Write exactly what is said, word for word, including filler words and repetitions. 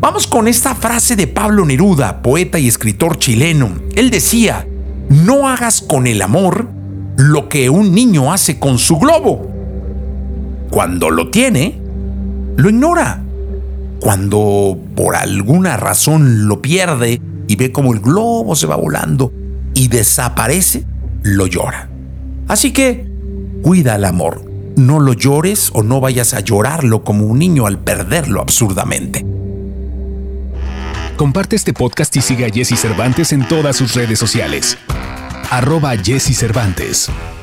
Vamos con esta frase de Pablo Neruda, poeta y escritor chileno. Él decía: no hagas con el amor lo que un niño hace con su globo. Cuando lo tiene, lo ignora. Cuando por alguna razón lo pierde y ve como el globo se va volando y desaparece, lo llora. Así que cuida el amor. No lo llores o no vayas a llorarlo como un niño al perderlo absurdamente. Comparte este podcast y sigue a Jesse Cervantes en todas sus redes sociales. Arroba Jesse Cervantes.